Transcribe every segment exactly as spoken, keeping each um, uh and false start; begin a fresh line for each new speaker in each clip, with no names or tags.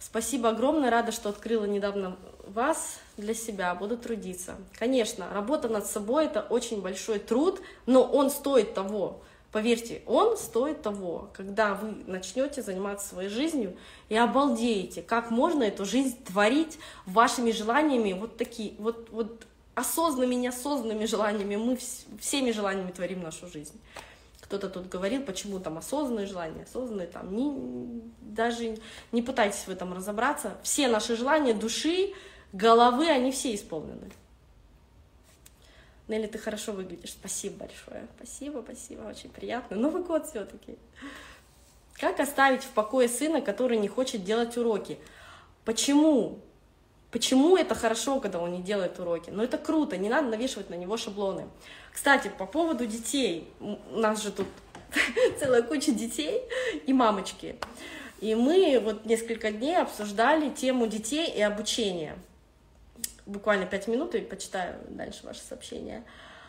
Спасибо огромное, рада, что открыла недавно вас для себя, буду трудиться. Конечно, работа над собой — это очень большой труд, но он стоит того. Поверьте, он стоит того, когда вы начнете заниматься своей жизнью и обалдеете, как можно эту жизнь творить вашими желаниями, вот такие, вот, вот осознанными, неосознанными желаниями. Мы всеми желаниями творим нашу жизнь. Кто-то тут говорил, почему там осознанные желания, осознанные там, не, даже не пытайтесь в этом разобраться. Все наши желания души, головы, они все исполнены. Нелли, ты хорошо выглядишь, спасибо большое. Спасибо, спасибо, очень приятно. Новый год все-таки. Как оставить в покое сына, который не хочет делать уроки? Почему? Почему это хорошо, когда он не делает уроки? Ну это круто, не надо навешивать на него шаблоны. Кстати, по поводу детей. У нас же тут целая куча детей и мамочки. И мы вот несколько дней обсуждали тему детей и обучения. Буквально пять минут, и почитаю дальше ваши сообщения.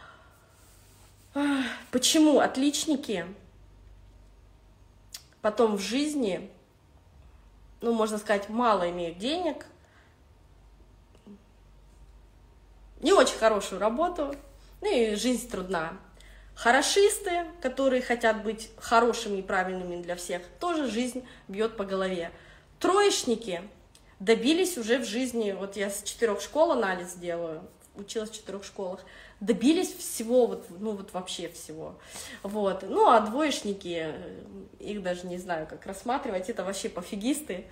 Почему отличники потом в жизни, ну, можно сказать, мало имеют денег, не очень хорошую работу, ну и жизнь трудна. Хорошисты, которые хотят быть хорошими и правильными для всех, тоже жизнь бьет по голове. Троечники добились уже в жизни, вот я с четырех школ анализ делаю, училась в четырех школах, добились всего, вот, ну вот вообще всего. Вот. Ну а двоечники, их даже не знаю, как рассматривать, это вообще пофигисты.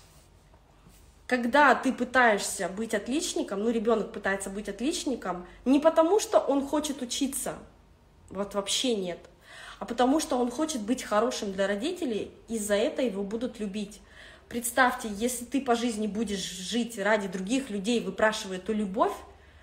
Когда ты пытаешься быть отличником, ну ребенок пытается быть отличником, не потому что он хочет учиться, вот вообще нет, а потому что он хочет быть хорошим для родителей, и за это его будут любить. Представьте, если ты по жизни будешь жить ради других людей, выпрашивая эту любовь,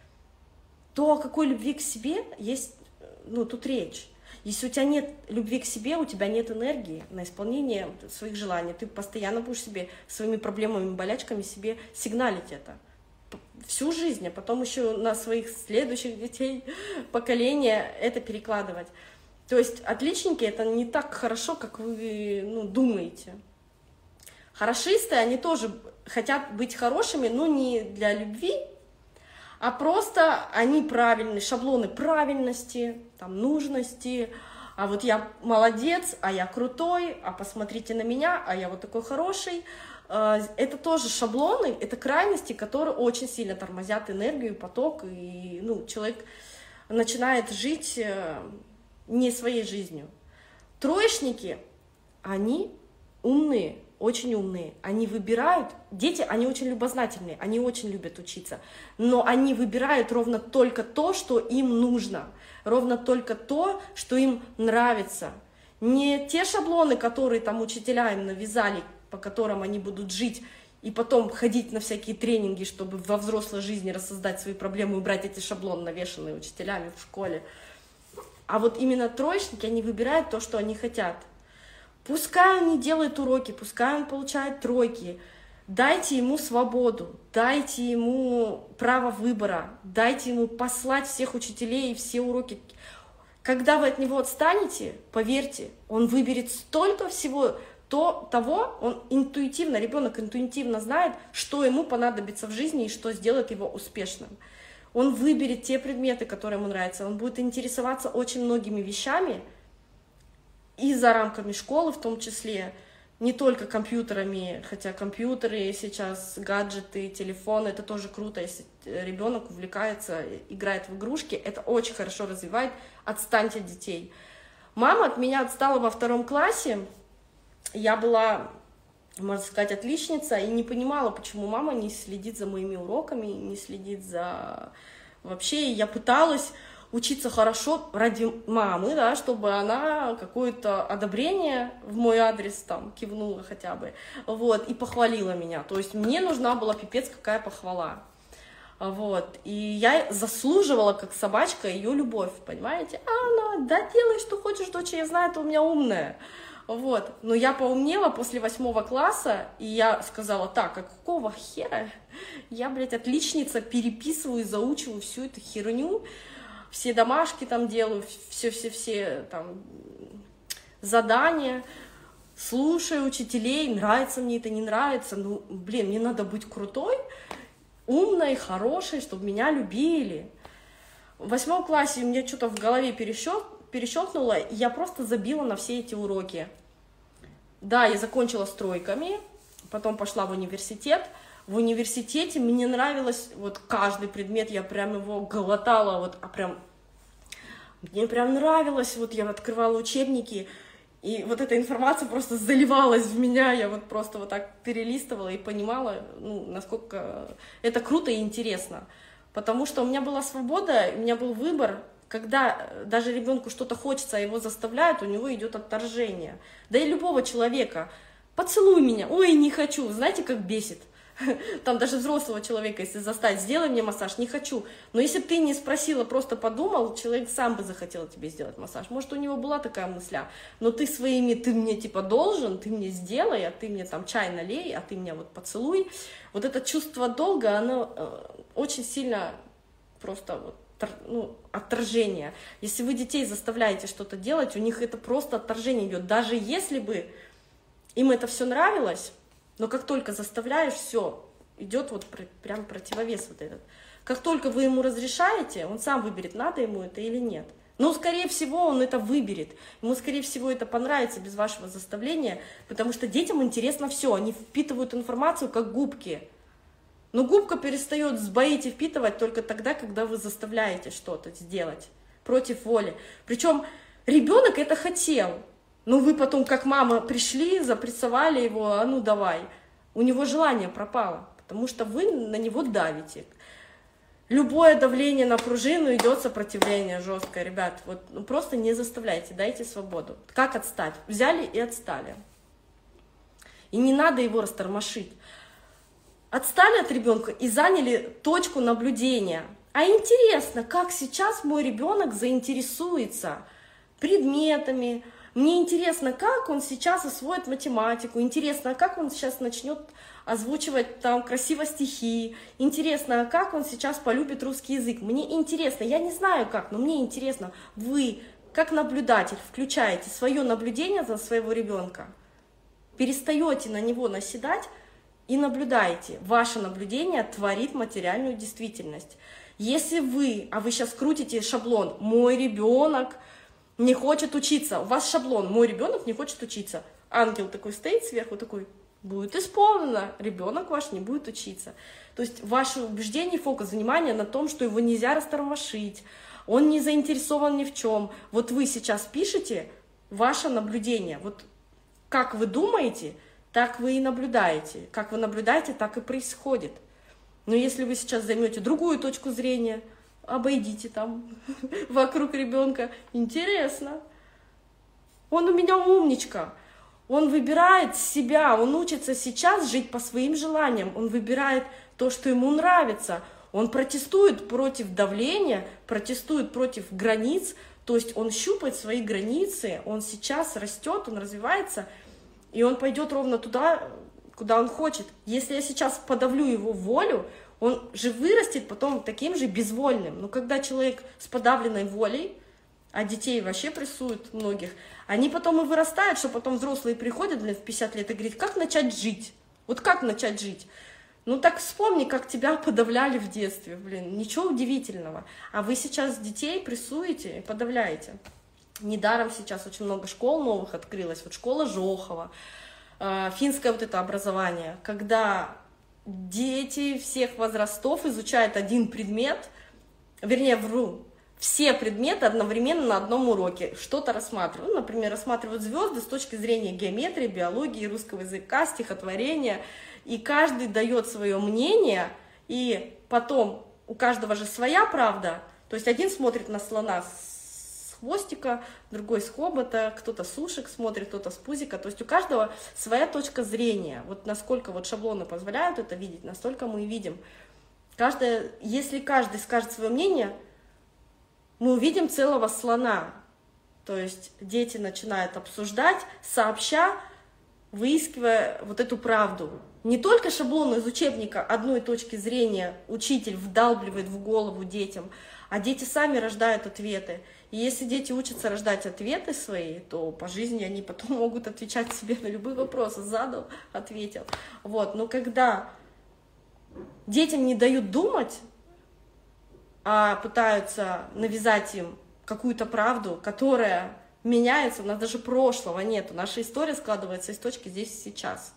то о какой любви к себе есть, ну, тут речь. Если у тебя нет любви к себе, у тебя нет энергии на исполнение своих желаний, ты постоянно будешь себе своими проблемами, болячками себе сигналить это всю жизнь, а потом еще на своих следующих детей, поколения это перекладывать. То есть отличники — это не так хорошо, как вы, ну, думаете. Хорошисты, они тоже хотят быть хорошими, но не для любви, а просто они правильные, шаблоны правильности, там, нужности, а вот я молодец, а я крутой, а посмотрите на меня, а я вот такой хороший. Это тоже шаблоны, это крайности, которые очень сильно тормозят энергию, поток, и, ну, человек начинает жить не своей жизнью. Троечники, они умные, очень умные, они выбирают, дети, они очень любознательные, они очень любят учиться, но они выбирают ровно только то, что им нужно, ровно только то, что им нравится. Не те шаблоны, которые там учителя им навязали, по которым они будут жить, и потом ходить на всякие тренинги, чтобы во взрослой жизни рассоздать свои проблемы и убрать эти шаблоны, навешанные учителями в школе. А вот именно троечники, они выбирают то, что они хотят. Пускай он не делает уроки, пускай он получает тройки, дайте ему свободу, дайте ему право выбора, дайте ему послать всех учителей и все уроки. Когда вы от него отстанете, поверьте, он выберет столько всего, то, того, он интуитивно, ребенок интуитивно знает, что ему понадобится в жизни и что сделает его успешным. Он выберет те предметы, которые ему нравятся, он будет интересоваться очень многими вещами, и за рамками школы в том числе, не только компьютерами, хотя компьютеры сейчас, гаджеты, телефоны, это тоже круто, если ребенок увлекается, играет в игрушки, это очень хорошо развивает, отстаньте от детей. Мама от меня отстала во втором классе, я была, можно сказать, отличница, и не понимала, почему мама не следит за моими уроками, не следит за... Вообще, я пыталась учиться хорошо ради мамы, да, чтобы она какое-то одобрение в мой адрес там кивнула хотя бы, вот, и похвалила меня. То есть мне нужна была пипец какая похвала. Вот, и я заслуживала, как собачка, ее любовь, понимаете? А она, да делай, что хочешь, дочь, я знаю, ты у меня умная. Вот, но я поумнела после восьмого класса, и я сказала, так, а какого хера я, блядь, отличница, переписываю и заучиваю всю эту херню, все домашки там делаю, все-все-все там задания, слушаю учителей, нравится мне это, не нравится, ну, блин, мне надо быть крутой, умной, хорошей, чтобы меня любили. В восьмом классе мне что-то в голове перещелк, перещелкнуло, и я просто забила на все эти уроки. Да, я закончила с тройками, потом пошла в университет. В университете мне нравилось, вот каждый предмет, я прям его глотала, вот, а прям, мне прям нравилось, вот я открывала учебники, и вот эта информация просто заливалась в меня, я вот просто вот так перелистывала и понимала, ну, насколько это круто и интересно. Потому что у меня была свобода, у меня был выбор, когда даже ребенку что-то хочется, а его заставляют, у него идет отторжение. Да и любого человека. Поцелуй меня, ой, не хочу, знаете, как бесит. Там даже взрослого человека, если заставить, сделай мне массаж, не хочу. Но если бы ты не спросила, просто подумал, человек сам бы захотел тебе сделать массаж. Может, у него была такая мысля, но ты своими, ты мне типа должен, ты мне сделай, а ты мне там чай налей, а ты меня вот поцелуй. Вот это чувство долга, оно э, очень сильно просто вот, ну, отторжение. Если вы детей заставляете что-то делать, у них это просто отторжение идет. Даже если бы им это все нравилось, но как только заставляешь, все, идет вот прям противовес вот этот. Как только вы ему разрешаете, он сам выберет, надо ему это или нет. Но, скорее всего, он это выберет. Ему, скорее всего, это понравится без вашего заставления, потому что детям интересно все. Они впитывают информацию как губки. Но губка перестает сбоить и впитывать только тогда, когда вы заставляете что-то сделать против воли. Причем ребенок это хотел. Но вы потом, как мама, пришли, запрессовали его, а ну давай. У него желание пропало, потому что вы на него давите. Любое давление на пружину идет сопротивление жесткое, ребят. Вот, ну, просто не заставляйте, дайте свободу. Как отстать? Взяли и отстали. И не надо его растормошить. Отстали от ребенка и заняли точку наблюдения. А интересно, как сейчас мой ребенок заинтересуется предметами. Мне интересно, как он сейчас освоит математику, интересно, как он сейчас начнет озвучивать там красиво стихи, интересно, как он сейчас полюбит русский язык. Мне интересно, я не знаю как, но мне интересно. Вы, как наблюдатель, включаете свое наблюдение за своего ребенка, перестаете на него наседать и наблюдаете. Ваше наблюдение творит материальную действительность. Если вы, а вы сейчас крутите шаблон «мой ребенок не хочет учиться», у вас шаблон «мой ребенок не хочет учиться», ангел такой стоит сверху, такой: будет исполнено, ребенок ваш не будет учиться. То есть ваше убеждение, фокус внимания на том, что его нельзя растормошить, он не заинтересован ни в чем. Вот вы сейчас пишете ваше наблюдение. Вот как вы думаете, так вы и наблюдаете. Как вы наблюдаете, так и происходит. Но если вы сейчас займете другую точку зрения, обойдите там вокруг ребенка. Интересно. Он у меня умничка. Он выбирает себя, он учится сейчас жить по своим желаниям. Он выбирает то, что ему нравится. Он протестует против давления, протестует против границ. То есть он щупает свои границы, он сейчас растет, он развивается, и он пойдет ровно туда, куда он хочет. Если я сейчас подавлю его волю, он же вырастет потом таким же безвольным. Но когда человек с подавленной волей, а детей вообще прессуют многих, они потом и вырастают, что потом взрослые приходят, блин, в пятьдесят лет и говорят: как начать жить? Вот как начать жить? Ну так вспомни, как тебя подавляли в детстве, блин, ничего удивительного. А вы сейчас детей прессуете и подавляете. Недаром сейчас очень много школ новых открылось. Вот школа Жохова, финское вот это образование, когда дети всех возрастов изучают один предмет, вернее, вру, все предметы одновременно на одном уроке что-то рассматривают. Ну, например, рассматривают звезды с точки зрения геометрии, биологии, русского языка, стихотворения. И каждый дает свое мнение, и потом у каждого же своя правда. То есть один смотрит на слона с хвостика, другой с хобота, кто-то с ушек смотрит, кто-то с пузика. То есть у каждого своя точка зрения. Вот насколько вот шаблоны позволяют это видеть, настолько мы и видим. Каждое, если каждый скажет свое мнение, мы увидим целого слона. То есть дети начинают обсуждать, сообща, выискивая вот эту правду. Не только шаблон из учебника одной точки зрения учитель вдалбливает в голову детям, а дети сами рождают ответы. И если дети учатся рождать ответы свои, то по жизни они потом могут отвечать себе на любые вопросы. Задал, ответил. Вот. Но когда детям не дают думать, а пытаются навязать им какую-то правду, которая меняется, у нас даже прошлого нету, наша история складывается из точки здесь и сейчас,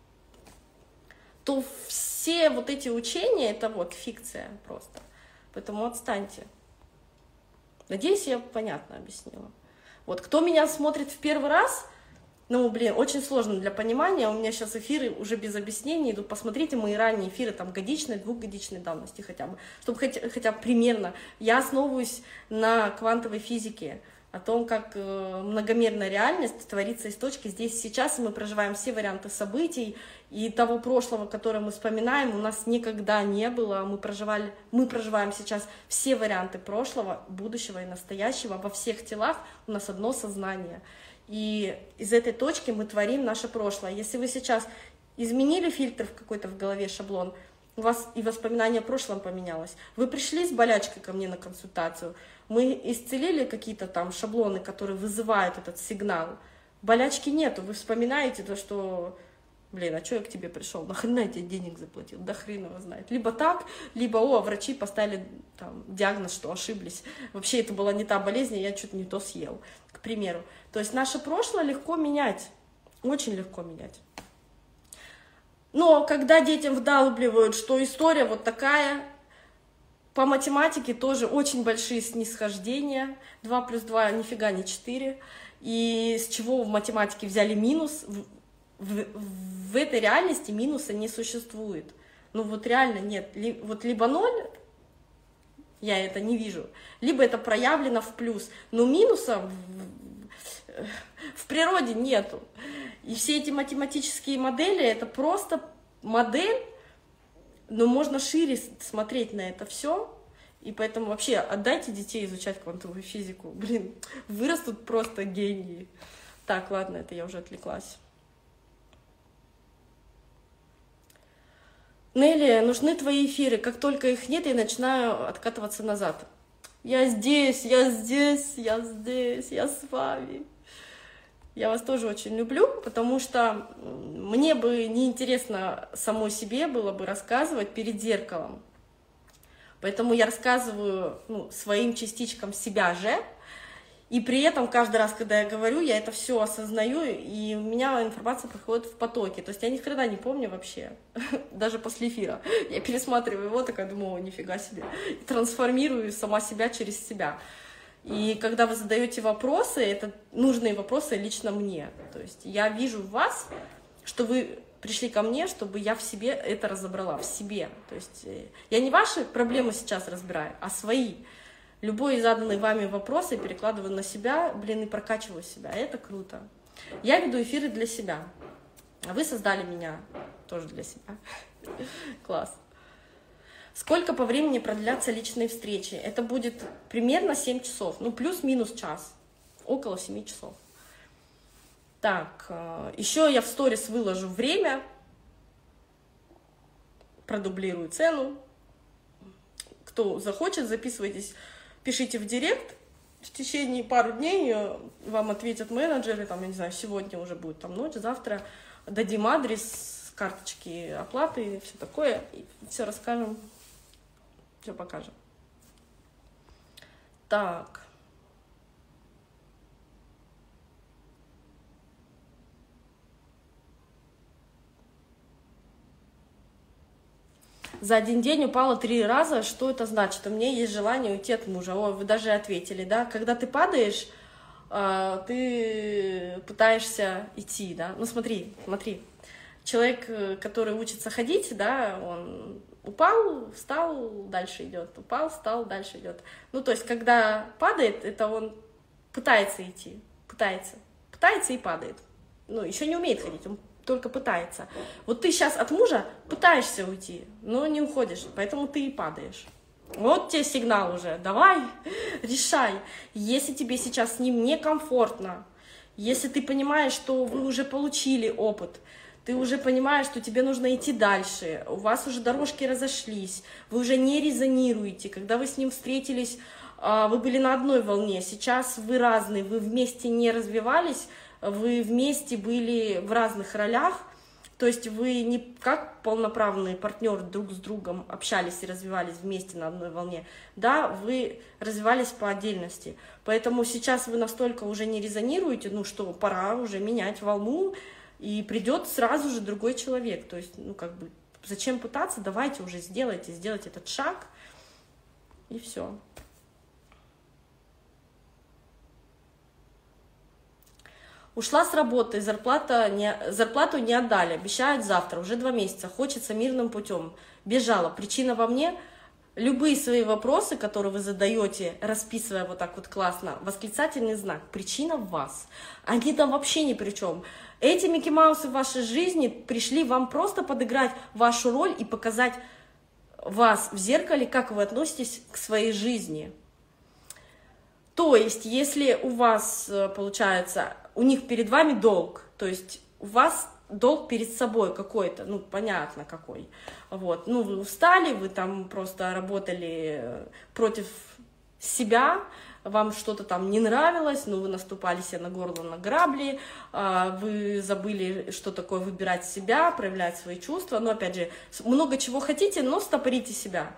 то все вот эти учения — это вот фикция просто. Поэтому отстаньте. Надеюсь, я понятно объяснила. Вот, кто меня смотрит в первый раз, ну, блин, очень сложно для понимания, у меня сейчас эфиры уже без объяснений идут, посмотрите мои ранние эфиры, там, годичной, двухгодичной давности хотя бы, чтобы хотя, хотя бы примерно. Я основываюсь на квантовой физике, о том, как э, многомерная реальность творится из точки здесь и сейчас, и мы проживаем все варианты событий, и того прошлого, которое мы вспоминаем, у нас никогда не было, мы, проживали, мы проживаем сейчас все варианты прошлого, будущего и настоящего, во всех телах у нас одно сознание, и из этой точки мы творим наше прошлое. Если вы сейчас изменили фильтр в какой-то в голове, шаблон, у вас и воспоминание о прошлом поменялось. Вы пришли с болячкой ко мне на консультацию, мы исцелили какие-то там шаблоны, которые вызывают этот сигнал. Болячки нету, вы вспоминаете то, что, блин, а что я к тебе пришел, нахрена я тебе денег заплатил, да хрен его знает. Либо так, либо, о, врачи поставили там диагноз, что ошиблись. Вообще это была не та болезнь, я что-то не то съел, к примеру. То есть наше прошлое легко менять, очень легко менять. Но когда детям вдалбливают, что история вот такая, по математике тоже очень большие снисхождения, два плюс два нифига не четыре, и с чего в математике взяли минус, в, в, в этой реальности минуса не существует. Ну вот реально нет, Ли, вот либо ноль, я это не вижу, либо это проявлено в плюс, но минуса в, в природе нету. И все эти математические модели — это просто модель, но можно шире смотреть на это все. И поэтому вообще отдайте детей изучать квантовую физику. Блин, вырастут просто гении. Так, ладно, это я уже отвлеклась. Нелли, нужны твои эфиры. Как только их нет, я начинаю откатываться назад. Я здесь, я здесь, я здесь, я с вами. Я вас тоже очень люблю, потому что мне бы неинтересно самой себе было бы рассказывать перед зеркалом. Поэтому я рассказываю, ну, своим частичкам себя же, и при этом каждый раз, когда я говорю, я это все осознаю, и у меня информация проходит в потоке. То есть я ни хрена не помню вообще, даже после эфира. Я пересматриваю его, такая думаю, о, нифига себе, и трансформирую сама себя через себя. И когда вы задаете вопросы, это нужные вопросы лично мне. То есть я вижу в вас, что вы пришли ко мне, чтобы я в себе это разобрала, в себе. То есть я не ваши проблемы сейчас разбираю, а свои. Любой заданный вами вопрос я перекладываю на себя, блин, и прокачиваю себя. Это круто. Я веду эфиры для себя, а вы создали меня тоже для себя. Класс. Сколько по времени продлятся личные встречи? Это будет примерно семь часов, ну плюс-минус час, около семи часов. Так, еще я в сторис выложу время, продублирую цену. Кто захочет, записывайтесь, пишите в директ. В течение пару дней вам ответят менеджеры, там, я не знаю, сегодня уже будет там ночь, завтра дадим адрес, карточки оплаты и все такое, и все расскажем. Все покажем. Так. За один день упала три раза. Что это значит? У меня есть желание уйти от мужа. О, вы даже ответили, да? Когда ты падаешь, ты пытаешься идти, да? Ну смотри, смотри. Человек, который учится ходить, да, он упал, встал, дальше идет, упал, встал, дальше идет. Ну, то есть, когда падает, это он пытается идти, пытается, пытается и падает. Ну, еще не умеет ходить, он только пытается. Вот ты сейчас от мужа пытаешься уйти, но не уходишь, поэтому ты и падаешь. Вот тебе сигнал уже, давай, решай. Если тебе сейчас с ним некомфортно, Если ты понимаешь, что вы уже получили опыт, ты уже понимаешь, что тебе нужно идти дальше, у вас уже дорожки разошлись, вы уже не резонируете, когда вы с ним встретились, вы были на одной волне, сейчас вы разные, вы вместе не развивались, вы вместе были в разных ролях, то есть вы не как полноправные партнеры друг с другом общались и развивались вместе на одной волне, да, вы развивались по отдельности. Поэтому сейчас вы настолько уже не резонируете, ну что, пора уже менять волну, и придет сразу же другой человек. То есть, ну как бы, зачем пытаться, давайте уже сделайте, сделайте этот шаг, и все. Ушла с работы, зарплата не, зарплату не отдали, обещают завтра, уже два месяца, хочется мирным путем. Бежала, причина во мне. Любые свои вопросы, которые вы задаете, расписывая вот так вот классно, восклицательный знак, причина в вас. Они там вообще ни при чем. Эти Микки Маусы в вашей жизни пришли вам просто подыграть вашу роль и показать вас в зеркале, как вы относитесь к своей жизни. То есть, если у вас, получается, у них перед вами долг, то есть у вас долг перед собой какой-то, ну, понятно какой, вот, ну, вы устали, вы там просто работали против себя, вам что-то там не нравилось, ну, вы наступали себе на горло, на грабли, вы забыли, что такое выбирать себя, проявлять свои чувства, но, опять же, много чего хотите, но стопорите себя.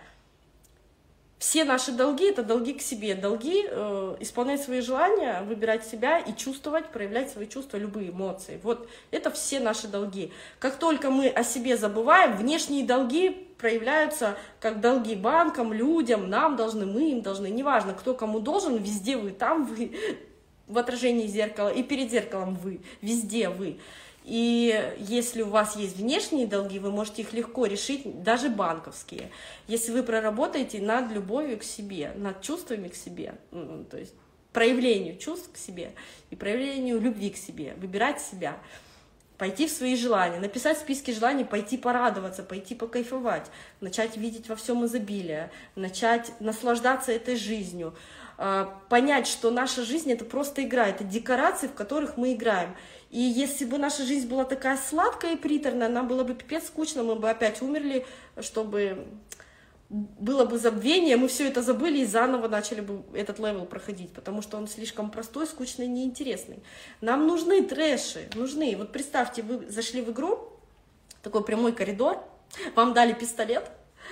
Все наши долги — это долги к себе, долги э, исполнять свои желания, выбирать себя и чувствовать, проявлять свои чувства, любые эмоции. Вот это все наши долги. Как только мы о себе забываем, внешние долги проявляются как долги банкам, людям, нам должны, мы им должны, неважно, кто кому должен, везде вы, там вы, в отражении зеркала и перед зеркалом вы, везде вы. И если у вас есть внешние долги, вы можете их легко решить, даже банковские, если вы проработаете над любовью к себе, над чувствами к себе, то есть проявлению чувств к себе и проявлению любви к себе, выбирать себя, пойти в свои желания, написать списки желаний, пойти порадоваться, пойти покайфовать, начать видеть во всем изобилие, начать наслаждаться этой жизнью, понять, что наша жизнь — это просто игра, это декорации, в которых мы играем. И если бы наша жизнь была такая сладкая и приторная, нам было бы пипец скучно, мы бы опять умерли, чтобы было бы забвение, мы все это забыли и заново начали бы этот левел проходить, потому что он слишком простой, скучный, неинтересный. Нам нужны трэши, нужны. Вот представьте, вы зашли в игру, такой прямой коридор, вам дали пистолет,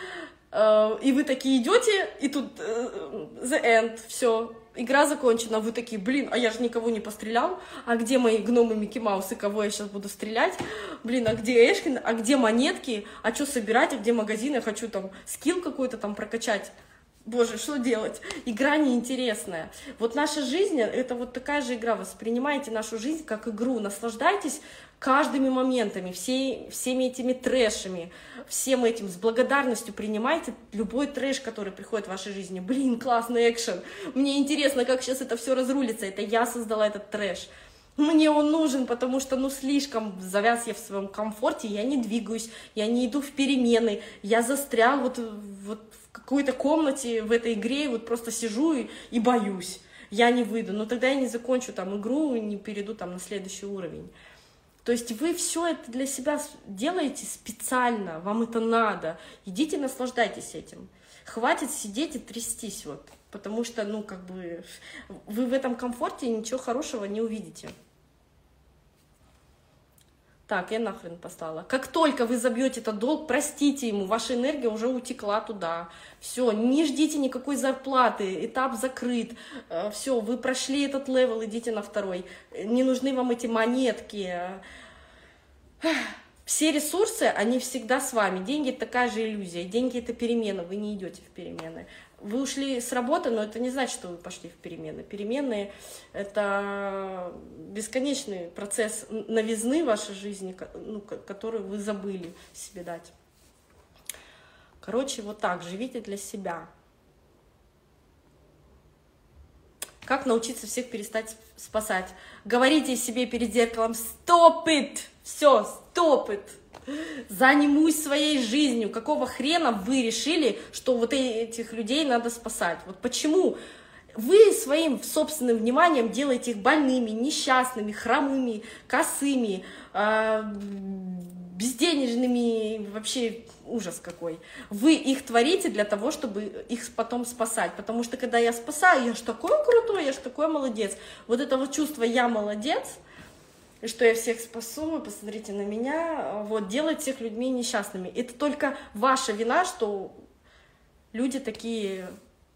и вы такие идете, и тут the end, все, игра закончена, вы такие, блин, а я же никого не пострелял, а где мои гномы Микки Маусы, кого я сейчас буду стрелять, блин, а где Эшкин, а где монетки, а что собирать, а где магазин, я хочу там скилл какой-то там прокачать. Боже, что делать? Игра неинтересная. Вот наша жизнь — это вот такая же игра. Воспринимайте нашу жизнь как игру, наслаждайтесь каждыми моментами, всей, всеми этими трэшами, всем этим с благодарностью принимайте любой трэш, который приходит в вашей жизни. Блин, классный экшен, мне интересно, как сейчас это все разрулится, это я создала этот трэш. Мне он нужен, потому что, ну, слишком завяз я в своем комфорте, я не двигаюсь, я не иду в перемены, я застрял вот, вот в какой-то комнате в этой игре, вот просто сижу и, и боюсь, я не выйду, но тогда я не закончу там игру, не перейду там на следующий уровень. То есть вы все это для себя делаете специально, вам это надо, идите наслаждайтесь этим, хватит сидеть и трястись вот. Потому что, ну, как бы, вы в этом комфорте ничего хорошего не увидите. Так, я нахрен послала. Как только вы забьете этот долг, простите ему, ваша энергия уже утекла туда. Все, не ждите никакой зарплаты, этап закрыт. Все, вы прошли этот левел, идите на второй. Не нужны вам эти монетки. Все ресурсы, они всегда с вами. Деньги — это такая же иллюзия. Деньги — это перемена, вы не идете в перемены. Вы ушли с работы, но это не значит, что вы пошли в перемены. Перемены — это бесконечный процесс новизны в вашей жизни, ну, который вы забыли себе дать. Короче, вот так, живите для себя. Как научиться всех перестать спасать? Говорите себе перед зеркалом: «Stop it!» Все, stop it! Занимусь своей жизнью. Какого хрена вы решили, что вот этих людей надо спасать? Вот почему Вы своим собственным вниманием делаете их больными, несчастными, хромыми, косыми, э, безденежными, вообще ужас какой. Вы их творите для того, чтобы их потом спасать. Потому что когда я спасаю, я ж такой крутой, я ж такой молодец. Вот это вот чувство «я молодец», и что я всех спасу, посмотрите на меня, вот, делает всех людьми несчастными. Это только ваша вина, что люди такие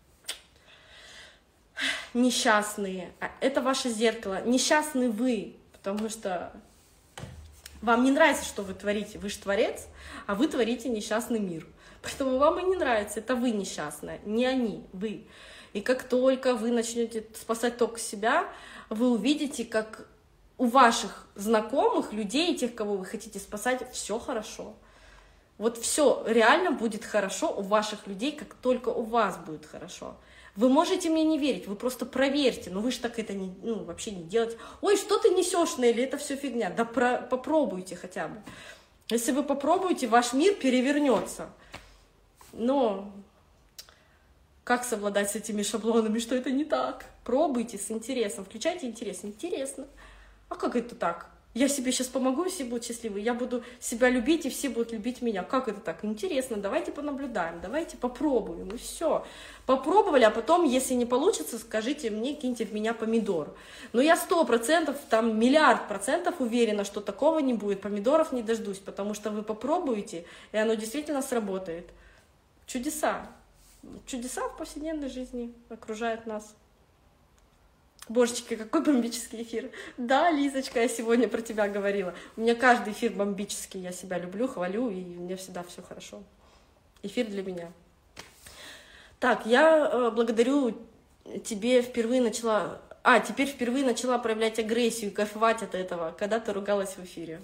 несчастные. Это ваше зеркало. Несчастны вы, потому что вам не нравится, что вы творите. Вы же творец, а вы творите несчастный мир. Поэтому вам и не нравится. Это вы несчастная, не они, вы. И как только вы начнете спасать только себя, вы увидите, как у ваших знакомых, людей, тех, кого вы хотите спасать, все хорошо. Вот все реально будет хорошо у ваших людей, как только у вас будет хорошо. Вы можете мне не верить, вы просто проверьте, но вы же так это не, ну, вообще не делаете. Ой, что ты несешь, Нелли, это все фигня. Да про, попробуйте хотя бы. Если вы попробуете, ваш мир перевернется. Но как совладать с этими шаблонами, что это не так? Пробуйте с интересом, включайте интерес. Интересно. А как это так? Я себе сейчас помогу, и все будут счастливы. Я буду себя любить, и все будут любить меня. Как это так? Интересно, давайте понаблюдаем, давайте попробуем, и все. Попробовали, а потом, если не получится, скажите мне, киньте в меня помидор. Но я сто процентов, там миллиард процентов уверена, что такого не будет. Помидоров не дождусь, потому что вы попробуете, и оно действительно сработает. Чудеса. Чудеса в повседневной жизни окружают нас. Божечки, какой бомбический эфир. Да, Лизочка, я сегодня про тебя говорила. У меня каждый эфир бомбический, я себя люблю, хвалю, и у меня всегда все хорошо. Эфир для меня. Так, я э, благодарю тебе, впервые начала... А, теперь впервые начала проявлять агрессию и кайфовать от этого, когда ты ругалась в эфире.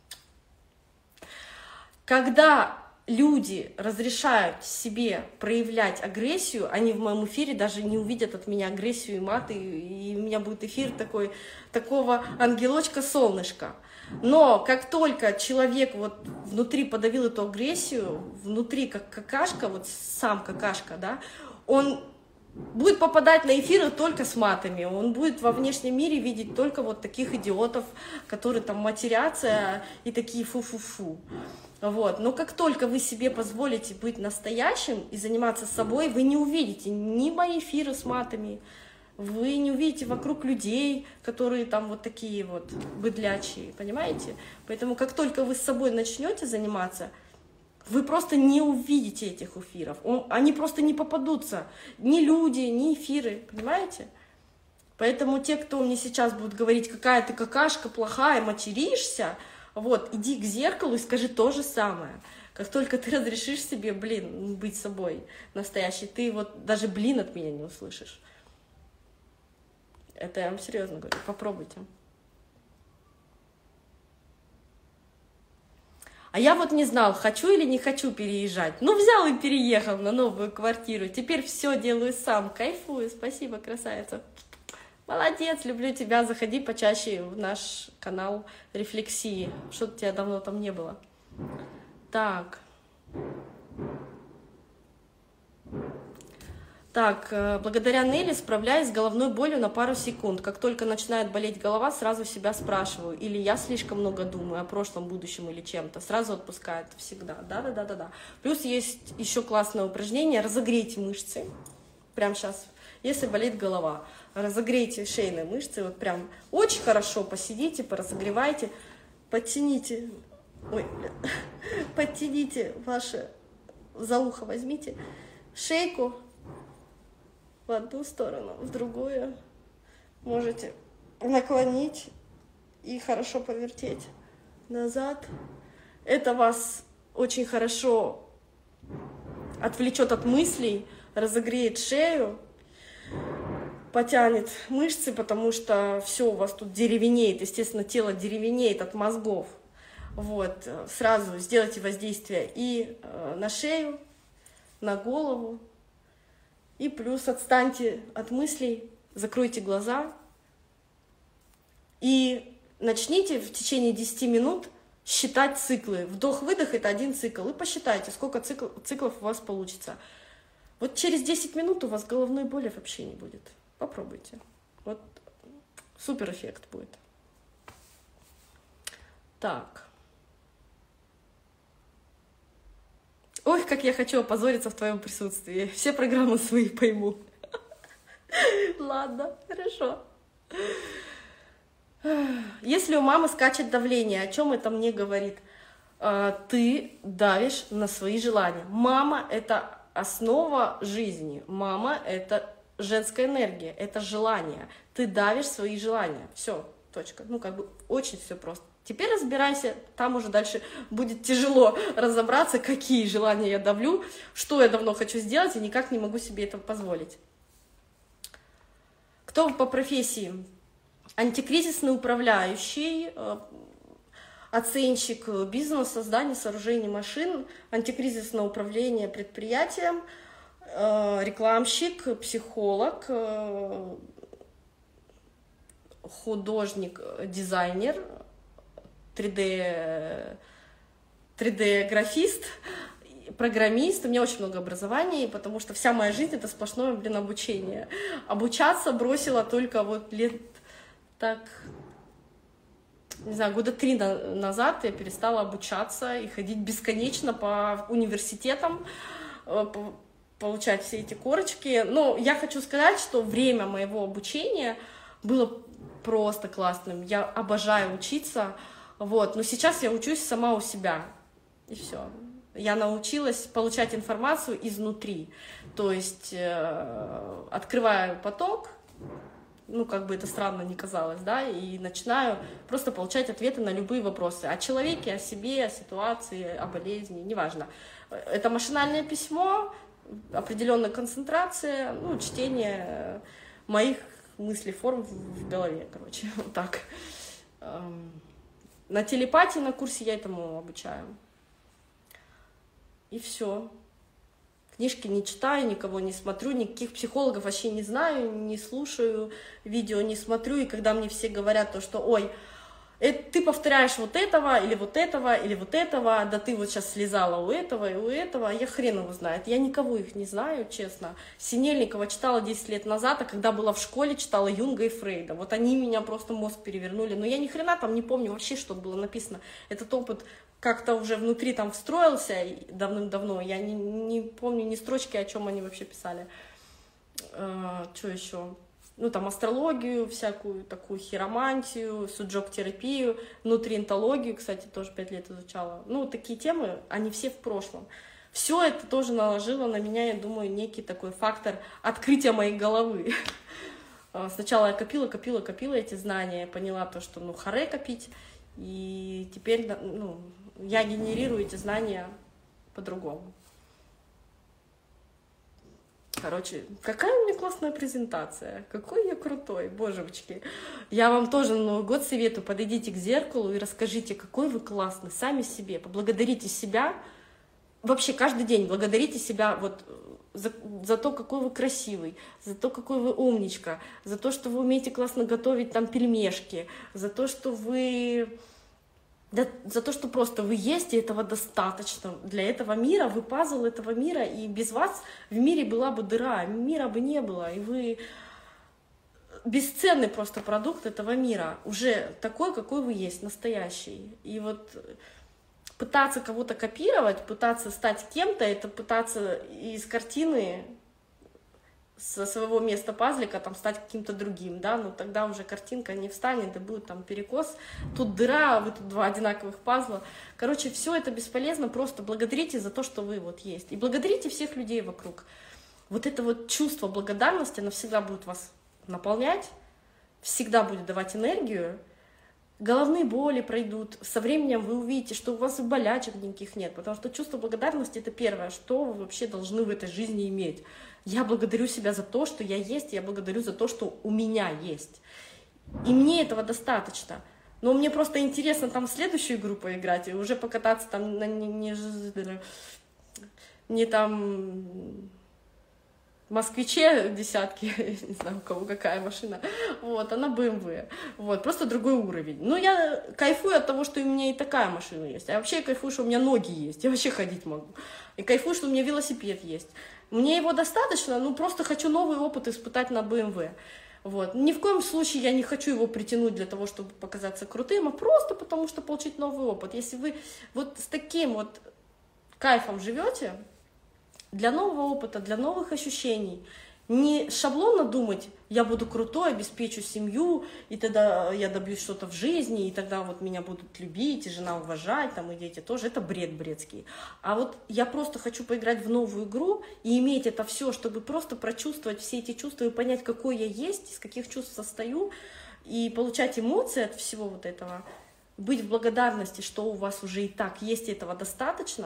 Когда люди разрешают себе проявлять агрессию, они в моем эфире даже не увидят от меня агрессию и маты, и у меня будет эфир такой, такого ангелочка-солнышка. Но как только человек вот внутри подавил эту агрессию, внутри как какашка, вот сам какашка, да, он будет попадать на эфиры только с матами, он будет во внешнем мире видеть только вот таких идиотов, которые там матерятся и такие фу-фу-фу. Вот. Но как только вы себе позволите быть настоящим и заниматься собой, вы не увидите ни мои эфиры с матами, вы не увидите вокруг людей, которые там вот такие вот быдлячие, понимаете? Поэтому как только вы с собой начнете заниматься, вы просто не увидите этих эфиров, Он, они просто не попадутся, ни люди, ни эфиры, понимаете? Поэтому те, кто мне сейчас будут говорить, какая ты какашка плохая, материшься, вот, иди к зеркалу и скажи то же самое. Как только ты разрешишь себе, блин, быть собой настоящей, ты вот даже блин от меня не услышишь. Это я вам серьезно говорю, попробуйте. А я вот не знал, хочу или не хочу переезжать. Ну, взял и переехал на новую квартиру. Теперь все делаю сам, кайфую. Спасибо, красавица. Молодец, люблю тебя. Заходи почаще в наш канал рефлексии. Что-то тебя давно там не было. Так. Так, благодаря Нелли справляюсь с головной болью на пару секунд. Как только начинает болеть голова, сразу себя спрашиваю. Или я слишком много думаю о прошлом, будущем или чем-то. Сразу отпускает всегда. Да-да-да-да-да. Плюс есть еще классное упражнение. Разогрейте мышцы. Прямо сейчас. Если болит голова, разогрейте шейные мышцы. Вот прям очень хорошо посидите, поразогревайте. Подтяните. Ой, подтяните ваше... За ухо возьмите. Шейку. В одну сторону, в другую можете наклонить и хорошо повертеть назад. Это вас очень хорошо отвлечет от мыслей, разогреет шею, потянет мышцы, потому что все у вас тут деревенеет, естественно, тело деревенеет от мозгов. Вот, сразу сделайте воздействие и на шею, на голову. И плюс отстаньте от мыслей, закройте глаза и начните в течение десяти минут считать циклы. Вдох-выдох — это один цикл. И посчитайте, сколько цикл, циклов у вас получится. Вот через десять минут у вас головной боли вообще не будет. Попробуйте. Вот супер эффект будет. Так. Ой, как я хочу опозориться в твоем присутствии. Все программы свои пойму. Ладно, хорошо. Если у мамы скачет давление, о чем это мне говорит? Ты давишь на свои желания. Мама — это основа жизни. Мама — это женская энергия, это желание. Ты давишь свои желания. Все, точка. Ну, как бы очень все просто. Теперь разбирайся, там уже дальше будет тяжело разобраться, какие желания я давлю, что я давно хочу сделать и никак не могу себе этого позволить. Кто по профессии? Антикризисный управляющий, оценщик бизнеса, создания, сооружения машин, антикризисное управление предприятием, рекламщик, психолог, художник, дизайнер, три дэ, три дэ-графист, программист. У меня очень много образований, потому что вся моя жизнь — это сплошное, блин, обучение. Обучаться бросила только вот лет так, не знаю, года три назад я перестала обучаться и ходить бесконечно по университетам, получать все эти корочки. Но я хочу сказать, что время моего обучения было просто классным. Я обожаю учиться. Вот. Но сейчас я учусь сама у себя. И все. Я научилась получать информацию изнутри. То есть э, открываю поток, ну, как бы это странно ни казалось, да, и начинаю просто получать ответы на любые вопросы о человеке, о себе, о ситуации, о болезни, неважно. Это машинальное письмо, определенная концентрация, ну, чтение моих мыслей, форм в голове, короче, вот так. На телепатии на курсе я этому обучаю. И все. Книжки не читаю, никого не смотрю, никаких психологов вообще не знаю, не слушаю, видео не смотрю. И когда мне все говорят то, что ой, это, ты повторяешь вот этого, или вот этого, или вот этого, да ты вот сейчас слезала у этого и у этого, я хрен его знает. Я никого их не знаю, честно. Синельникова читала десять лет назад, а когда была в школе, читала Юнга и Фрейда. Вот они меня просто мозг перевернули. Но я ни хрена там не помню вообще, что было написано. Этот опыт как-то уже внутри там встроился давным-давно. Я не, не помню ни строчки, о чем они вообще писали. А, что еще? Ну, там, астрологию, всякую такую хиромантию, суджок-терапию, нутриентологию, кстати, тоже пять лет изучала. Ну, такие темы, они все в прошлом. Все это тоже наложило на меня, я думаю, некий такой фактор открытия моей головы. Сначала я копила, копила, копила эти знания, поняла то, что, ну, харе копить, и теперь, ну, я генерирую эти знания по-другому. Короче, какая у меня классная презентация, какой я крутой, божечки. Я вам тоже на Новый год советую, подойдите к зеркалу и расскажите, какой вы классный, сами себе, поблагодарите себя, вообще каждый день благодарите себя вот за, за то, какой вы красивый, за то, какой вы умничка, за то, что вы умеете классно готовить там пельмешки, за то, что вы... Да, за то, что просто вы есть, и этого достаточно. Для этого мира, вы пазл этого мира, и без вас в мире была бы дыра, мира бы не было, и вы бесценный просто продукт этого мира, уже такой, какой вы есть, настоящий. И вот пытаться кого-то копировать, пытаться стать кем-то, это пытаться из картины со своего места пазлика там стать каким-то другим, да, ну тогда уже картинка не встанет, и будет там перекос, тут дыра, вы тут два одинаковых пазла. Короче, все это бесполезно, просто благодарите за то, что вы вот есть. И благодарите всех людей вокруг. Вот это вот чувство благодарности, оно всегда будет вас наполнять, всегда будет давать энергию, головные боли пройдут, со временем вы увидите, что у вас и болячек никаких нет, потому что чувство благодарности — это первое, что вы вообще должны в этой жизни иметь. Я благодарю себя за то, что я есть, я благодарю за то, что у меня есть. И мне этого достаточно. Но мне просто интересно там в следующую игру поиграть и уже покататься там на не, не, не там москвиче десятки, не знаю, у кого какая машина, вот, она бэ эм вэ, вот, просто другой уровень. Но я кайфую от того, что у меня и такая машина есть, а вообще я кайфую, что у меня ноги есть, я вообще ходить могу, и кайфую, что у меня велосипед есть. Мне его достаточно, ну, просто хочу новый опыт испытать на бэ эм вэ. Вот. Ни в коем случае я не хочу его притянуть для того, чтобы показаться крутым, а просто потому, что получить новый опыт. Если вы вот с таким вот кайфом живете, для нового опыта, для новых ощущений, не шаблонно думать, я буду крутой, обеспечу семью, и тогда я добьюсь что-то в жизни, и тогда вот меня будут любить, и жена уважать, там, и дети тоже, это бред бредский. А вот я просто хочу поиграть в новую игру и иметь это все, чтобы просто прочувствовать все эти чувства и понять, какой я есть, из каких чувств состою, и получать эмоции от всего вот этого, быть в благодарности, что у вас уже и так есть, и этого достаточно,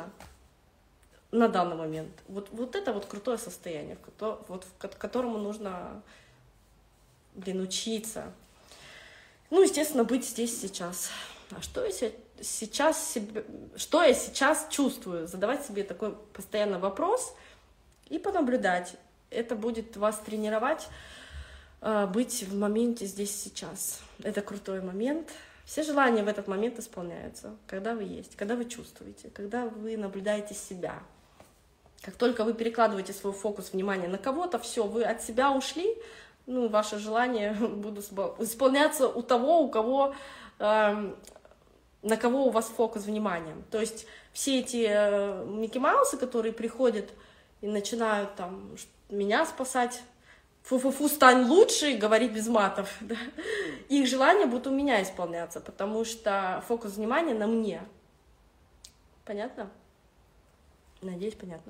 на данный момент. Вот, вот это вот крутое состояние, вот, к которому нужно, блин, учиться. Ну, естественно, быть здесь сейчас. А что я сейчас, себе, что я сейчас чувствую? Задавать себе такой постоянный вопрос и понаблюдать. Это будет вас тренировать, быть в моменте здесь сейчас. Это крутой момент. Все желания в этот момент исполняются, когда вы есть, когда вы чувствуете, когда вы наблюдаете себя. Как только вы перекладываете свой фокус внимания на кого-то, все, вы от себя ушли, ну, ваши желания будут исполняться у того, у кого, э, на кого у вас фокус внимания. То есть все эти э, Микки Маусы, которые приходят и начинают там меня спасать, фу-фу-фу, стань лучше, говорить без матов, да? Их желания будут у меня исполняться, потому что фокус внимания на мне. Понятно? Надеюсь, понятно.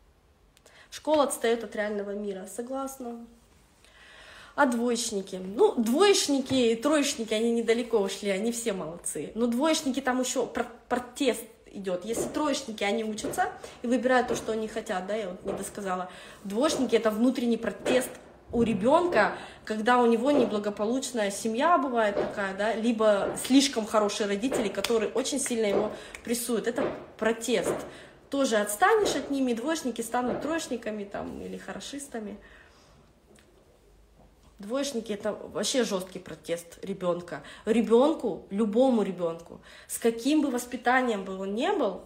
Школа отстает от реального мира. Согласна. А двоечники? Ну, двоечники и троечники, они недалеко ушли, они все молодцы. Но двоечники, там еще протест идет. Если троечники, они учатся и выбирают то, что они хотят, да, я вот не досказала. Двоечники — это внутренний протест у ребенка, когда у него неблагополучная семья бывает такая, да, либо слишком хорошие родители, которые очень сильно его прессуют. Это протест. Тоже отстанешь от ними, двоечники станут троечниками там, или хорошистами. Двоечники — это вообще жесткий протест ребенка. Ребенку, любому ребенку, с каким бы воспитанием бы он ни был,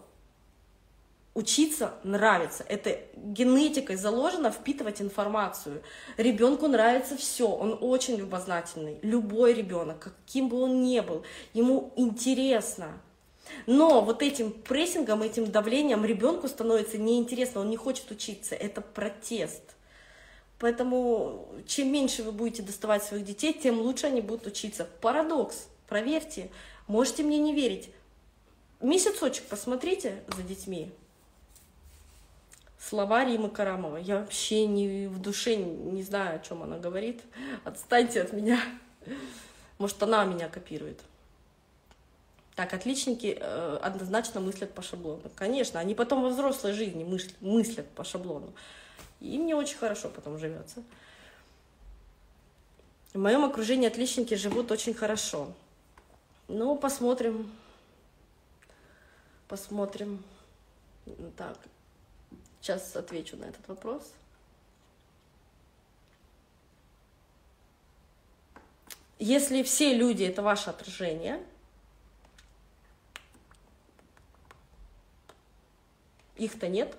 учиться нравится. Это генетикой заложено впитывать информацию. Ребенку нравится все, он очень любознательный. Любой ребенок, каким бы он ни был, ему интересно. Но вот этим прессингом, этим давлением ребенку становится неинтересно, он не хочет учиться. Это протест. Поэтому чем меньше вы будете доставать своих детей, тем лучше они будут учиться. Парадокс, проверьте, можете мне не верить. Месяцочек посмотрите за детьми. Слова Римы Карамовой. Я вообще не, в душе не знаю, о чем она говорит. Отстаньте от меня. Может, она меня копирует. Так, отличники э, однозначно мыслят по шаблону. Конечно, они потом во взрослой жизни мыслят, мыслят по шаблону. И им не очень хорошо потом живется. В моем окружении отличники живут очень хорошо. Ну, посмотрим. Посмотрим. Так, сейчас отвечу на этот вопрос. Если все люди — это ваше отражение, их-то нет.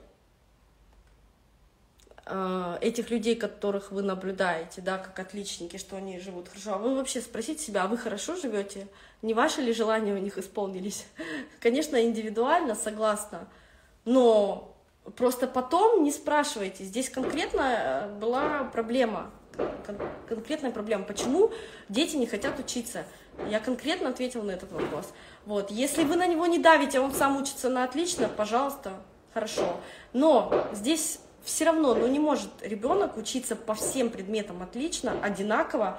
Этих людей, которых вы наблюдаете, да, как отличники, что они живут хорошо, а вы вообще спросите себя, а вы хорошо живете? Не ваши ли желания у них исполнились? Конечно, индивидуально, согласна, но просто потом не спрашивайте. Здесь конкретно была проблема, кон конкретная проблема, почему дети не хотят учиться. Я конкретно ответила на этот вопрос. Вот. Если вы на него не давите, а он сам учится на отлично, пожалуйста, хорошо. Но здесь все равно, ну, не может ребенок учиться по всем предметам отлично, одинаково.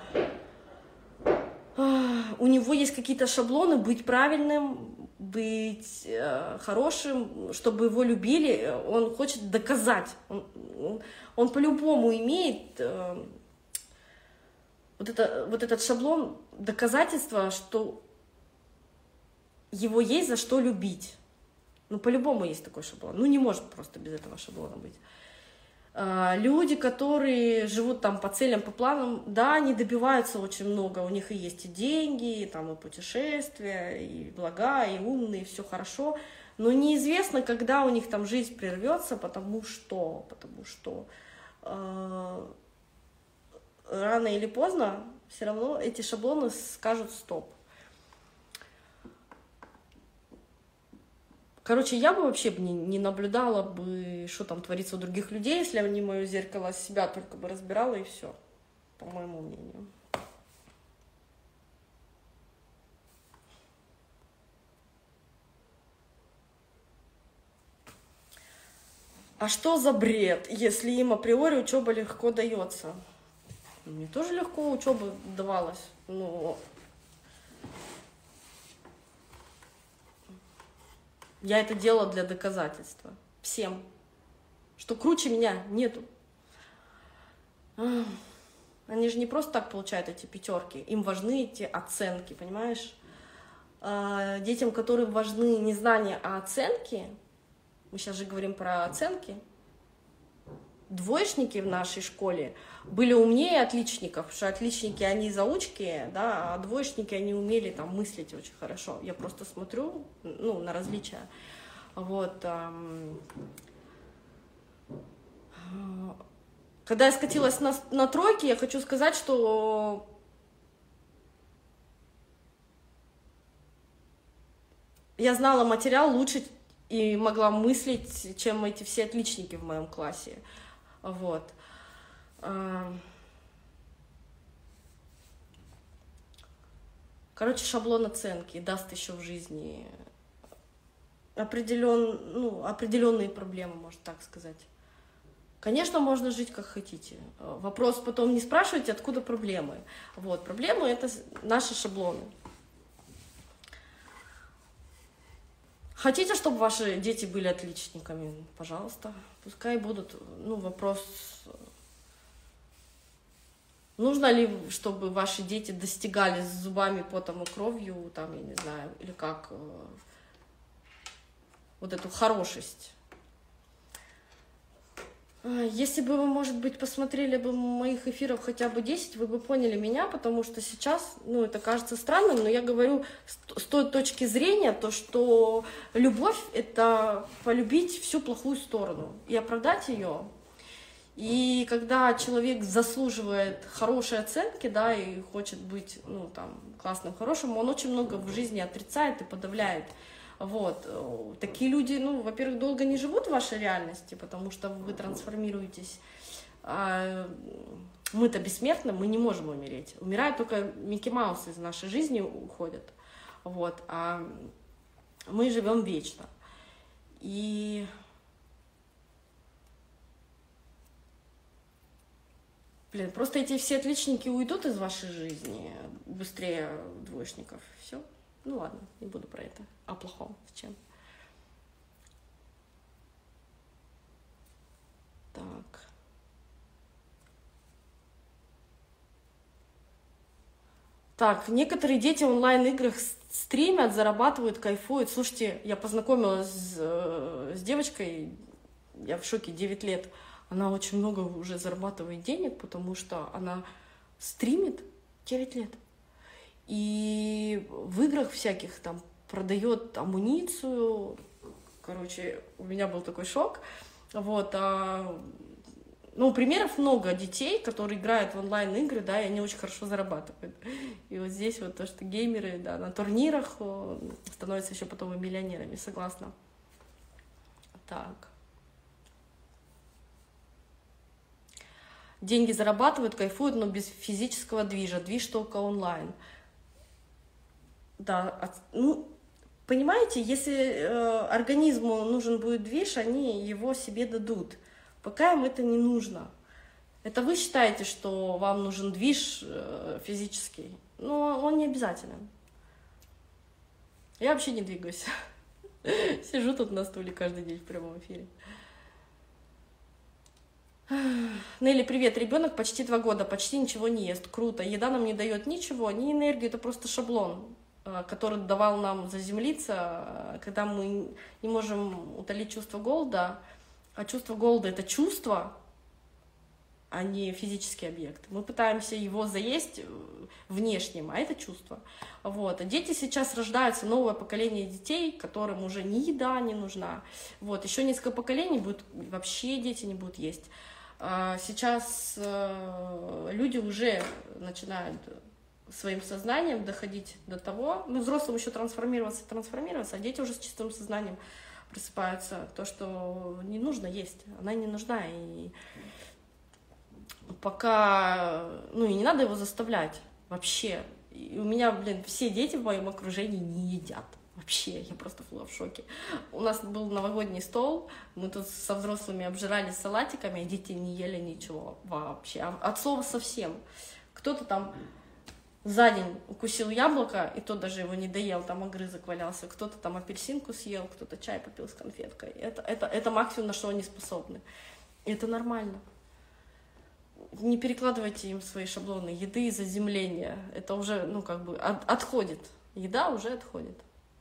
У него есть какие-то шаблоны: быть правильным, быть э, хорошим, чтобы его любили. Он хочет доказать. Он, он, он по-любому имеет э, вот, это, вот этот шаблон доказательства, что его есть за что любить. Ну, по-любому есть такой шаблон. Ну, не может просто без этого шаблона быть. Люди, которые живут там по целям, по планам, да, они добиваются очень много, у них и есть и деньги, и, там, и путешествия, и блага, и умные, и все хорошо, но неизвестно, когда у них там жизнь прервется, потому что, потому что э, рано или поздно все равно эти шаблоны скажут стоп. Короче, я бы вообще не, не наблюдала бы, что там творится у других людей, если они мое зеркало себя только бы разбирала, и все, по моему мнению. А что за бред, если им априори учеба легко дается? Мне тоже легко учеба давалась, но я это делала для доказательства всем, что круче меня нету. Они же не просто так получают эти пятерки, им важны эти оценки, понимаешь? Детям, которым важны не знания, а оценки, мы сейчас же говорим про оценки, двоечники в нашей школе были умнее отличников, потому что отличники, они заучки, да, а двоечники, они умели там мыслить очень хорошо. Я просто смотрю, ну, на различия. Вот. Когда я скатилась на, на тройки, я хочу сказать, что я знала материал лучше и могла мыслить, чем эти все отличники в моем классе. Вот. Короче, шаблон оценки даст еще в жизни определен, ну, определенные проблемы, можно так сказать. Конечно, можно жить как хотите. Вопрос потом не спрашивайте, откуда проблемы. Вот, проблемы — это наши шаблоны. Хотите, чтобы ваши дети были отличниками? Пожалуйста, пускай будут. Ну, вопрос, нужно ли, чтобы ваши дети достигали с зубами, потом и кровью, там, я не знаю, или как, вот эту хорошесть. Если бы вы, может быть, посмотрели бы моих эфиров хотя бы десять, вы бы поняли меня, потому что сейчас, ну, это кажется странным, но я говорю с той точки зрения, то, что любовь — это полюбить всю плохую сторону и оправдать ее. И когда человек заслуживает хорошей оценки, да, и хочет быть, ну, там, классным, хорошим, он очень много в жизни отрицает и подавляет. Вот. Такие люди, ну, во-первых, долго не живут в вашей реальности, потому что вы трансформируетесь. А мы-то бессмертны, мы не можем умереть. Умирают только Микки Маусы из нашей жизни, уходят. Вот. А мы живем вечно. И блин, просто эти все отличники уйдут из вашей жизни быстрее двоечников. Все. Ну ладно, не буду про это. О плохом. Зачем? Так. Так, некоторые дети в онлайн-играх стримят, зарабатывают, кайфуют. Слушайте, я познакомилась с, с девочкой, я в шоке, девять лет. Она очень много уже зарабатывает денег, потому что она стримит девять лет. И в играх всяких там продает амуницию. Короче, у меня был такой шок. Вот. А, ну, примеров много детей, которые играют в онлайн-игры, да, и они очень хорошо зарабатывают. И вот здесь вот то, что геймеры, да, на турнирах становятся еще потом и миллионерами, согласна. Так. Деньги зарабатывают, кайфуют, но без физического движа. Движ только онлайн. Да, ну, понимаете, если э, организму нужен будет движ, они его себе дадут. Пока им это не нужно. Это вы считаете, что вам нужен движ э, физический, но он не обязателен. Я вообще не двигаюсь. Сижу тут на стуле каждый день в прямом эфире. Нелли, привет. Ребенок почти два года, почти ничего не ест. Круто. Еда нам не дает ничего, ни энергию, это просто шаблон, который давал нам заземлиться, когда мы не можем утолить чувство голода. А чувство голода — это чувство, а не физический объект. Мы пытаемся его заесть внешним, а это чувство. Вот. А дети сейчас рождаются, новое поколение детей, которым уже ни еда не нужна. Вот. Еще несколько поколений будет, вообще дети не будут есть. Сейчас люди уже начинают своим сознанием доходить до того, ну, взрослым еще трансформироваться, трансформироваться, а дети уже с чистым сознанием просыпаются. То, что не нужно есть, она не нужна. И пока, ну, и не надо его заставлять вообще. И у меня, блин, все дети в моем окружении не едят. Вообще, я просто была в шоке. У нас был новогодний стол, мы тут со взрослыми обжирались салатиками, а дети не ели ничего вообще. От слова совсем. Кто-то там за день укусил яблоко, и тот даже его не доел, там огрызок валялся. Кто-то там апельсинку съел, кто-то чай попил с конфеткой. Это, это, это максимум, на что они способны. И это нормально. Не перекладывайте им свои шаблоны еды и заземления. Это уже, ну, как бы от, отходит. Еда уже отходит.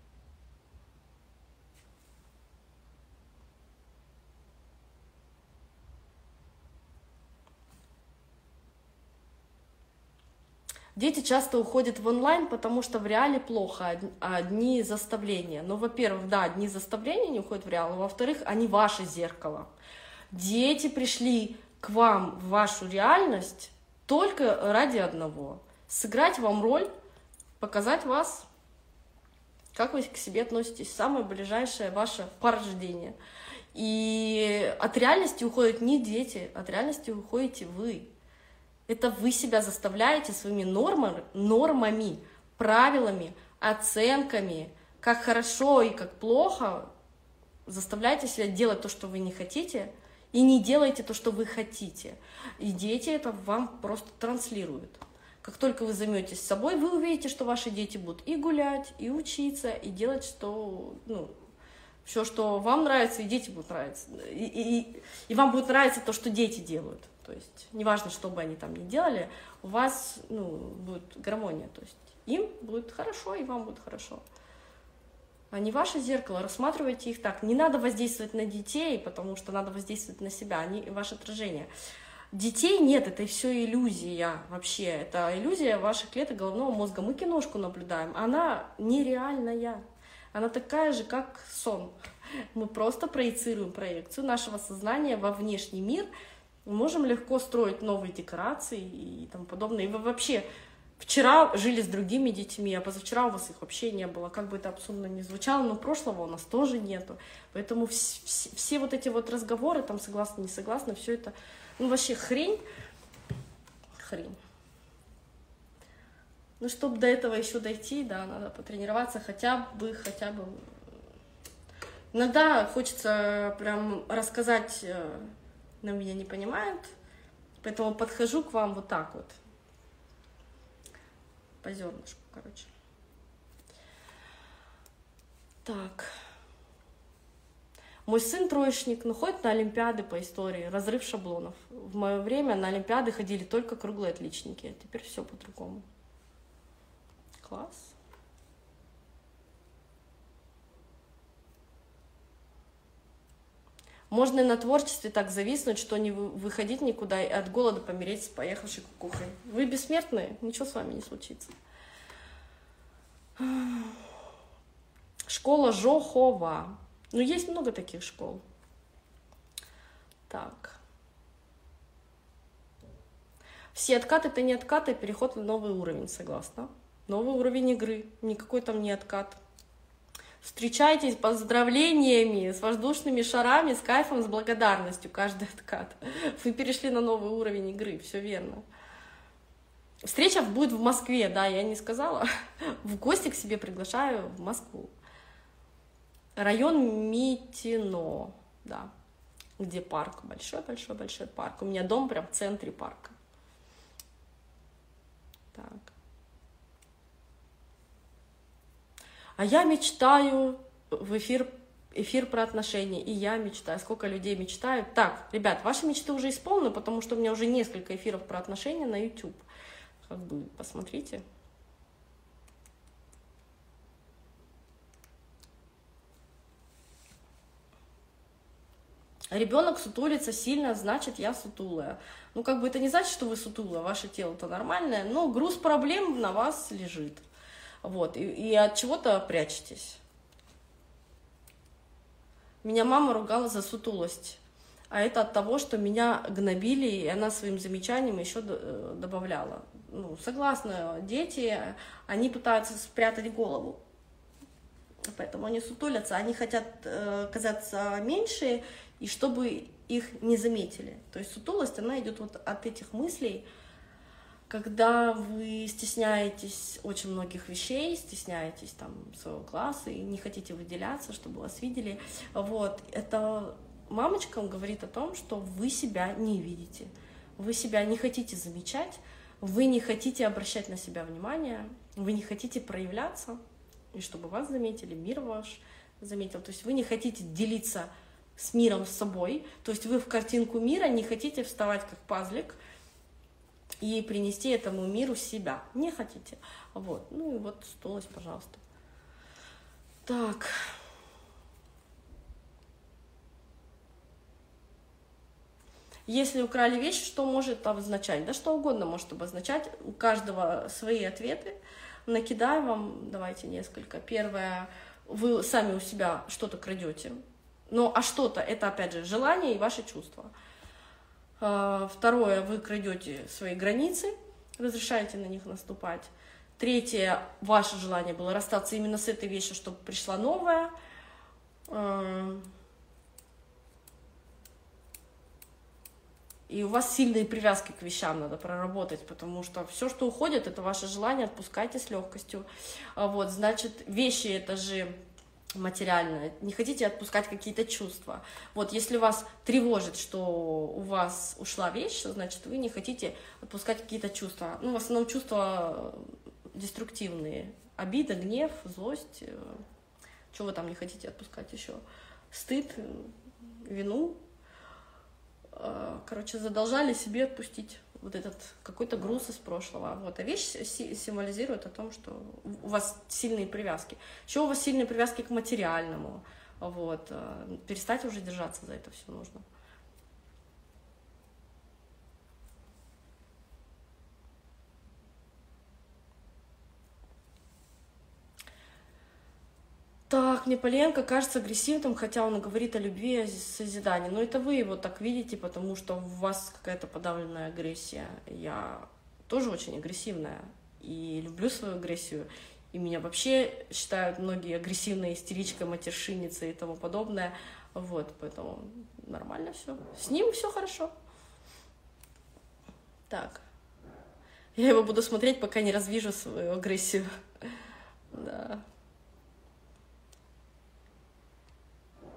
Дети часто уходят в онлайн, потому что в реале плохо, одни заставления. Ну, во-первых, да, одни заставления не уходят в реал, а во-вторых, они ваше зеркало. Дети пришли к вам в вашу реальность только ради одного. Сыграть вам роль, показать вас, как вы к себе относитесь, самое ближайшее ваше порождение. И от реальности уходят не дети, от реальности уходите вы. Это вы себя заставляете своими нормами, нормами, правилами, оценками, как хорошо и как плохо, заставляете себя делать то, что вы не хотите, и не делаете то, что вы хотите. И дети это вам просто транслируют. Как только вы займетесь собой, вы увидите, что ваши дети будут и гулять, и учиться, и делать, что, ну, все, что вам нравится, и дети будут нравиться. И, и, и вам будет нравиться то, что дети делают. То есть неважно, что бы они там ни делали, у вас, ну, будет гармония. То есть им будет хорошо, и вам будет хорошо. Они ваше зеркало, рассматривайте их так. Не надо воздействовать на детей, потому что надо воздействовать на себя, они ваше отражение. Детей нет, это все иллюзия вообще. Это иллюзия ваших клеток головного мозга. Мы киношку наблюдаем, она нереальная. Она такая же, как сон. Мы просто проецируем проекцию нашего сознания во внешний мир. Мы можем легко строить новые декорации и тому подобное. И вы вообще вчера жили с другими детьми, а позавчера у вас их вообще не было. Как бы это абсурдно ни звучало, но прошлого у нас тоже нету. Поэтому все, все, все вот эти вот разговоры, там согласны, не согласны, все это, ну, вообще хрень. Хрень. Ну, чтобы до этого еще дойти, да, надо потренироваться хотя бы, хотя бы. Иногда хочется прям рассказать, но меня не понимают, поэтому подхожу к вам вот так вот, по зернышку, короче. Так. Мой сын троечник, но ходит на олимпиады по истории, разрыв шаблонов. В мое время на олимпиады ходили только круглые отличники, а теперь все по-другому. Класс. Можно и на творчестве так зависнуть, что не выходить никуда и от голода помереть с поехавшей кукухой. Вы бессмертные, ничего с вами не случится. Школа Жохова. Ну, есть много таких школ. Так. Все откаты — это не откаты, а переход на новый уровень, согласна. Новый уровень игры, никакой там не откат. Встречайтесь с поздравлениями, с воздушными шарами, с кайфом, с благодарностью, каждый откат. Вы перешли на новый уровень игры, все верно. Встреча будет в Москве, да, я не сказала. В гости к себе приглашаю в Москву. Район Митино, да, где парк, большой-большой-большой парк. У меня дом прям в центре парка. Так. А я мечтаю в эфир, эфир про отношения, и я мечтаю. Сколько людей мечтают. Так, ребят, ваши мечты уже исполнены, потому что у меня уже несколько эфиров про отношения на YouTube. Как бы посмотрите. Ребенок сутулится сильно, значит, я сутулая. Ну, как бы это не значит, что вы сутулая, ваше тело-то нормальное, но груз проблем на вас лежит. Вот, и, и от чего-то прячетесь. Меня мама ругала за сутулость. А это от того, что меня гнобили, и она своим замечанием еще добавляла. Ну, согласна, дети, они пытаются спрятать голову. Поэтому они сутулятся, они хотят э, казаться меньше, и чтобы их не заметили. То есть сутулость, она идет вот от этих мыслей, когда вы стесняетесь очень многих вещей, стесняетесь там своего класса и не хотите выделяться, чтобы вас видели. Вот, это мамочкам говорит о том, что вы себя не видите, вы себя не хотите замечать, вы не хотите обращать на себя внимание, вы не хотите проявляться, и чтобы вас заметили, мир ваш заметил. То есть вы не хотите делиться с миром, с собой. То есть вы в картинку мира не хотите вставать как пазлик и принести этому миру себя. Не хотите. Вот. Ну и вот сутулость, пожалуйста. Так. Если украли вещь, что может обозначать? Да что угодно может обозначать. У каждого свои ответы. Накидаю вам, давайте несколько. Первое, вы сами у себя что-то крадете. Ну, а что-то, это, опять же, желание и ваши чувства. Второе, вы крадете свои границы, разрешаете на них наступать. Третье, ваше желание было расстаться именно с этой вещью, чтобы пришла новая. И у вас сильные привязки к вещам надо проработать, потому что все, что уходит, это ваше желание, отпускайте с легкостью. Вот, значит, вещи это же материальное. Не хотите отпускать какие-то чувства. Вот, если вас тревожит, что у вас ушла вещь, значит, вы не хотите отпускать какие-то чувства. Ну, в основном чувства деструктивные. Обида, гнев, злость. Чего вы там не хотите отпускать еще? Стыд, вину. Короче, задолжали себе отпустить вот этот какой-то груз из прошлого. Вот. А вещь символизирует о том, что у вас сильные привязки. Еще у вас сильные привязки к материальному. Вот. Перестать уже держаться за это все нужно. Так, Неполенко кажется агрессивным, хотя он говорит о любви, о созидании. Но это вы его так видите, потому что у вас какая-то подавленная агрессия. Я тоже очень агрессивная и люблю свою агрессию. И меня вообще считают многие агрессивной истеричкой, матершинницей и тому подобное. Вот, поэтому нормально все. С ним все хорошо. Так. Я его буду смотреть, пока не развижу свою агрессию. Да.